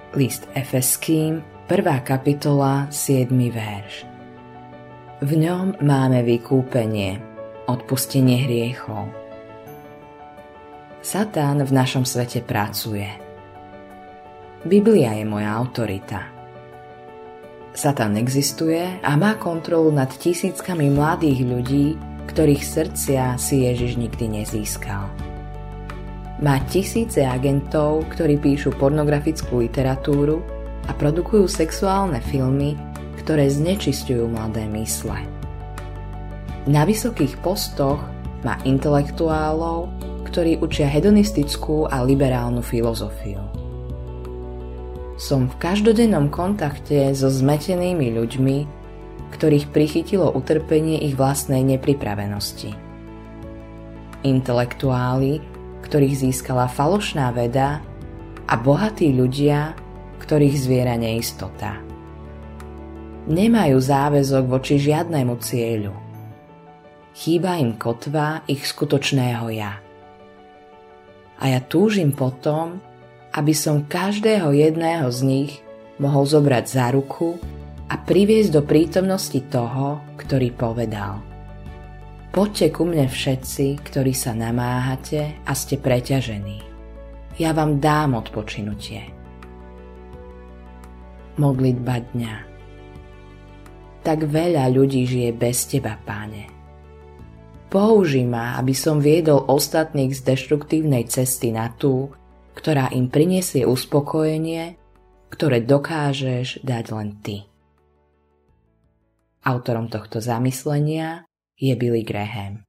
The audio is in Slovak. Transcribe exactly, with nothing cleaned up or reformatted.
List Efeským, prvá kapitola, siedmy verš. V ňom máme vykúpenie, odpustenie hriechov. Satán v našom svete pracuje. Biblia je moja autorita. Satán existuje a má kontrolu nad tisíckami mladých ľudí, ktorých srdcia si Ježiš nikdy nezískal. Má tisíce agentov, ktorí píšu pornografickú literatúru a produkujú sexuálne filmy, ktoré znečisťujú mladé mysle. Na vysokých postoch má intelektuálov, ktorí učia hedonistickú a liberálnu filozofiu. Som v každodennom kontakte so zmetenými ľuďmi, ktorých prichytilo utrpenie ich vlastnej nepripravenosti. Intelektuáli, ktorých získala falošná veda, a bohatí ľudia, ktorých zviera neistota. Nemajú záväzok voči žiadnemu cieľu. Chýba im kotva ich skutočného ja. A ja túžim potom, aby som každého jedného z nich mohol zobrať za ruku a priviesť do prítomnosti toho, ktorý povedal: Poďte ku mne všetci, ktorí sa namáhate a ste preťažení. Ja vám dám odpočinutie. Modlitba dňa. Tak veľa ľudí žije bez teba, Pane. Použij ma, aby som viedol ostatných z deštruktívnej cesty na tú, ktorá im prinesie uspokojenie, ktoré dokážeš dať len ty. Autorom tohto zamyslenia je Billy Graham.